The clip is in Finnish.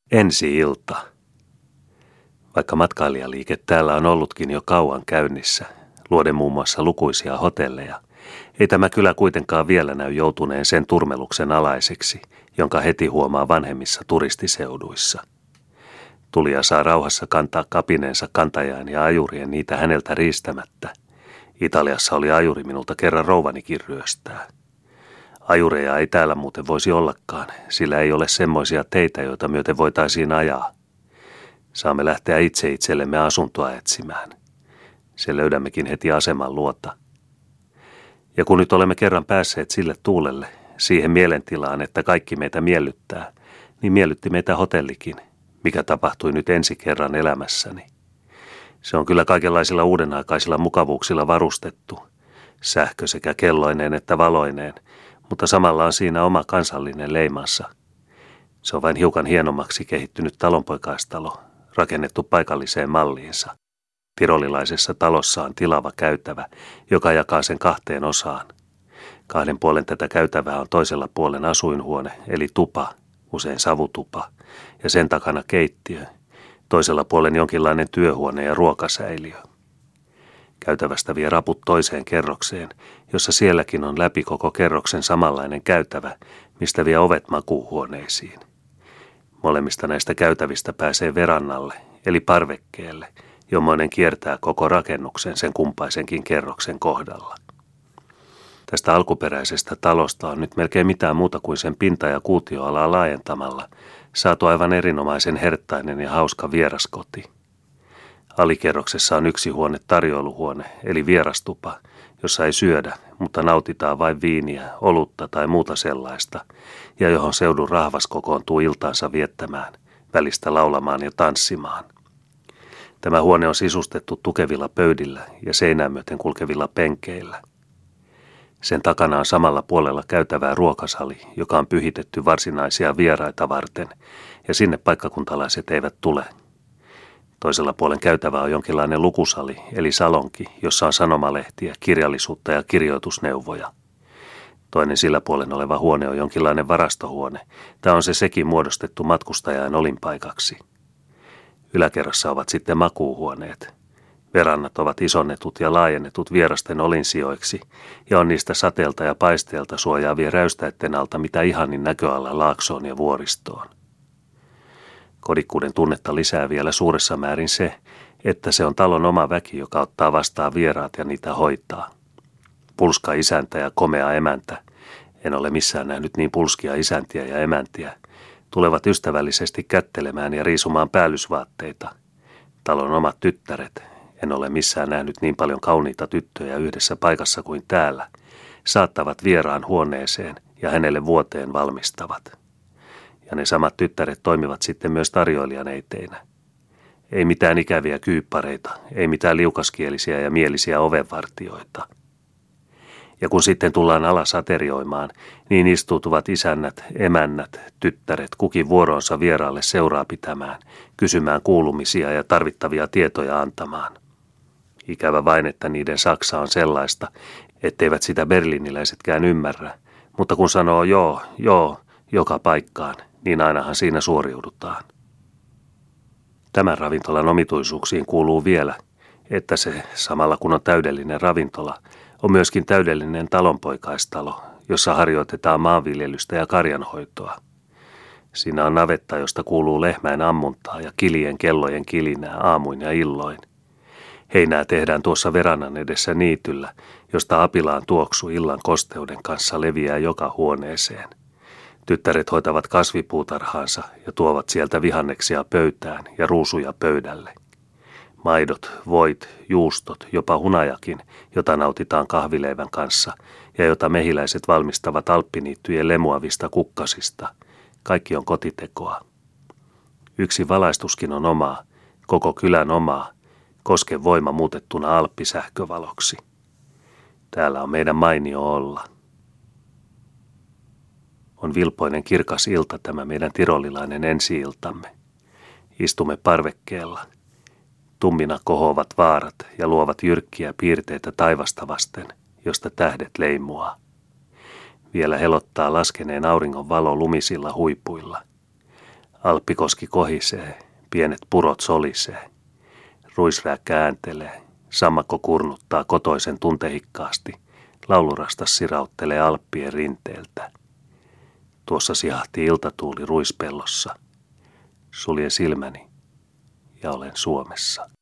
Ensi-ilta. Vaikka matkailijaliike täällä on ollutkin jo kauan käynnissä, luoden muun muassa lukuisia hotelleja, ei tämä kylä kuitenkaan vielä näy joutuneen sen turmeluksen alaiseksi, jonka heti huomaa vanhemmissa turistiseuduissa. Tulija saa rauhassa kantaa kapineensa kantajaan ja ajurien niitä häneltä riistämättä. Italiassa oli ajuri minulta kerran rouvanikin ryöstää. Ajureja ei täällä muuten voisi ollakaan, sillä ei ole semmoisia teitä, joita myöten voitaisiin ajaa. Saamme lähteä itse itsellemme asuntoa etsimään. Se löydämmekin heti aseman luota. Ja kun nyt olemme kerran päässeet sille tuulelle, siihen mielentilaan, että kaikki meitä miellyttää, niin miellytti meitä hotellikin, mikä tapahtui nyt ensi kerran elämässäni. Se on kyllä kaikenlaisilla uudenaikaisilla mukavuuksilla varustettu, sähkö sekä kelloineen että valoineen, mutta samalla on siinä oma kansallinen leimansa. Se on vain hiukan hienommaksi kehittynyt talonpoikaistalo, rakennettu paikalliseen malliinsa. Tirolilaisessa talossa on tilava käytävä, joka jakaa sen kahteen osaan. Kahden puolen tätä käytävää on toisella puolen asuinhuone, eli tupa, usein savutupa, ja sen takana keittiö. Toisella puolen jonkinlainen työhuone ja ruokasäiliö. Käytävästä vie raput toiseen kerrokseen, jossa sielläkin on läpi koko kerroksen samanlainen käytävä, mistä vie ovet makuuhuoneisiin. Molemmista näistä käytävistä pääsee verannalle, eli parvekkeelle, jommoinen kiertää koko rakennuksen sen kumpaisenkin kerroksen kohdalla. Tästä alkuperäisestä talosta on nyt melkein mitään muuta kuin sen pinta- ja kuutioalaa laajentamalla saatu aivan erinomaisen herttainen ja hauska vieraskoti. Alikerroksessa on yksi huone tarjoiluhuone, eli vierastupa, jossa ei syödä, mutta nautitaan vain viiniä, olutta tai muuta sellaista, ja johon seudun rahvas kokoontuu iltaansa viettämään, välistä laulamaan ja tanssimaan. Tämä huone on sisustettu tukevilla pöydillä ja seinää myöten kulkevilla penkeillä. Sen takana on samalla puolella käytävää ruokasali, joka on pyhitetty varsinaisia vieraita varten, ja sinne paikkakuntalaiset eivät tule. Toisella puolen käytävää on jonkinlainen lukusali, eli salonki, jossa on sanomalehtiä, kirjallisuutta ja kirjoitusneuvoja. Toinen sillä puolen oleva huone on jonkinlainen varastohuone, tai on se sekin muodostettu matkustajain olinpaikaksi. Yläkerrassa ovat sitten makuuhuoneet. Verannat ovat isonnetut ja laajennetut vierasten olinsijoiksi, ja on niistä sateelta ja paisteelta suojaavia räystäitten alta mitä ihanin näköala laaksoon ja vuoristoon. Kodikkuuden tunnetta lisää vielä suuressa määrin se, että se on talon oma väki, joka ottaa vastaan vieraat ja niitä hoitaa. Pulska isäntä ja komea emäntä, en ole missään nähnyt niin pulskia isäntiä ja emäntiä, tulevat ystävällisesti kättelemään ja riisumaan päällysvaatteita. Talon omat tyttäret, en ole missään nähnyt niin paljon kauniita tyttöjä yhdessä paikassa kuin täällä, saattavat vieraan huoneeseen ja hänelle vuoteen valmistavat. Ja ne samat tyttäret toimivat sitten myös tarjoilijaneiteinä. Ei mitään ikäviä kyyppareita, ei mitään liukaskielisiä ja mielisiä ovenvartijoita. Ja kun sitten tullaan alas aterioimaan, niin istuutuvat isännät, emännät, tyttäret kukin vuoronsa vieraalle seuraa pitämään, kysymään kuulumisia ja tarvittavia tietoja antamaan. Ikävä vain, että niiden saksa on sellaista, etteivät sitä berliiniläisetkään ymmärrä, mutta kun sanoo joo, joka paikkaan, niin ainahan siinä suoriudutaan. Tämän ravintolan omituisuuksiin kuuluu vielä, että se, samalla kun on täydellinen ravintola, on myöskin täydellinen talonpoikaistalo, jossa harjoitetaan maanviljelystä ja karjanhoitoa. Siinä on navetta, josta kuuluu lehmäin ammuntaa ja kilien kellojen kilinää aamuin ja illoin. Heinää tehdään tuossa verannan edessä niityllä, josta apilaan tuoksu illan kosteuden kanssa leviää joka huoneeseen. Tyttäret hoitavat kasvipuutarhaansa ja tuovat sieltä vihanneksia pöytään ja ruusuja pöydälle. Maidot, voit, juustot, jopa hunajakin, jota nautitaan kahvileivän kanssa ja jota mehiläiset valmistavat alppiniittyjen lemuavista kukkasista. Kaikki on kotitekoa. Yksi valaistuskin on omaa, koko kylän omaa, kosken voima muutettuna alppisähkövaloksi. Täällä on meidän mainio olla. On vilpoinen kirkas ilta tämä meidän tirolilainen ensi-iltamme. Istumme parvekkeella. Tummina kohoavat vaarat ja luovat jyrkkiä piirteitä taivasta vasten, josta tähdet leimuaa. Vielä helottaa laskeneen auringon valo lumisilla huipuilla. Alppikoski kohisee, pienet purot solisee. Ruisrääkkä ääntelee, sammakko kurnuttaa kotoisen tuntehikkaasti. Laulurastas sirauttelee Alppien rinteeltä. Tuossa sihahti iltatuuli ruispellossa. Suljen silmäni ja olen Suomessa.